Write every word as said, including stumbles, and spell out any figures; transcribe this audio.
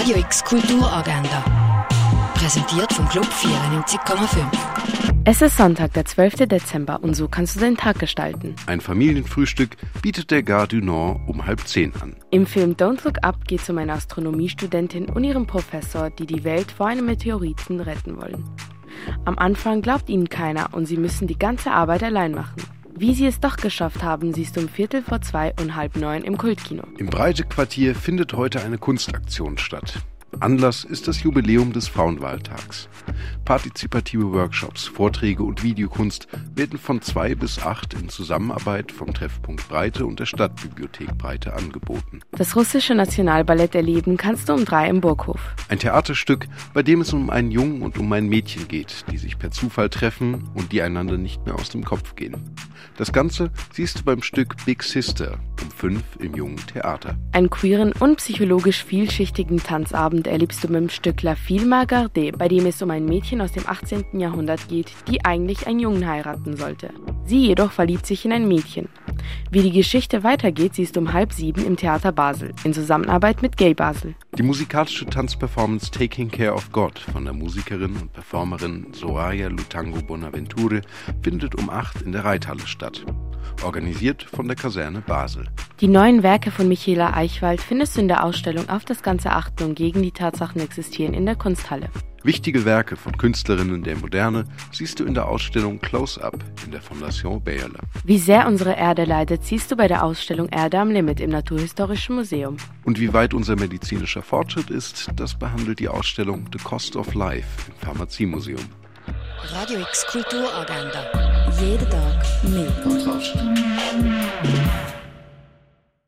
Radio X Kulturagenda. Präsentiert vom Club vierundneunzig Komma fünf. Es ist Sonntag, der zwölfte Dezember, und so kannst du den Tag gestalten. Ein Familienfrühstück bietet der Gare du Nord um halb zehn an. Im Film Don't Look Up geht es um eine Astronomiestudentin und ihren Professor, die die Welt vor einem Meteoriten retten wollen. Am Anfang glaubt ihnen keiner und sie müssen die ganze Arbeit allein machen. Wie sie es doch geschafft haben, siehst du um Viertel vor zwei und halb neun im Kultkino. Im Breite-Quartier findet heute eine Kunstaktion statt. Anlass ist das Jubiläum des Frauenwahltags. Partizipative Workshops, Vorträge und Videokunst werden von zwei bis acht in Zusammenarbeit vom Treffpunkt Breite und der Stadtbibliothek Breite angeboten. Das russische Nationalballett erleben kannst du um drei im Burghof. Ein Theaterstück, bei dem es um einen Jungen und um ein Mädchen geht, die sich per Zufall treffen und die einander nicht mehr aus dem Kopf gehen. Das Ganze siehst du beim Stück Big Sister um fünf im Jungen Theater. Einen queeren und psychologisch vielschichtigen Tanzabend erlebst du mit dem Stück La Fille Margardée, bei dem es um ein Mädchen aus dem achtzehnten Jahrhundert geht, die eigentlich einen Jungen heiraten sollte. Sie jedoch verliebt sich in ein Mädchen. Wie die Geschichte weitergeht, siehst du um halb sieben im Theater Basel, in Zusammenarbeit mit Gay Basel. Die musikalische Tanzperformance Taking Care of God von der Musikerin und Performerin Soraya Lutango Bonaventure findet um acht in der Reithalle statt. Organisiert von der Kaserne Basel. Die neuen Werke von Michaela Eichwald findest du in der Ausstellung Auf das Ganze achten und gegen die Tatsachen existieren in der Kunsthalle. Wichtige Werke von Künstlerinnen der Moderne siehst du in der Ausstellung Close-Up in der Fondation Bayerle. Wie sehr unsere Erde leidet, siehst du bei der Ausstellung Erde am Limit im Naturhistorischen Museum. Und wie weit unser medizinischer Fortschritt ist, das behandelt die Ausstellung The Cost of Life im Pharmaziemuseum. Radio X Kulturagenda. Jeden Tag mehr.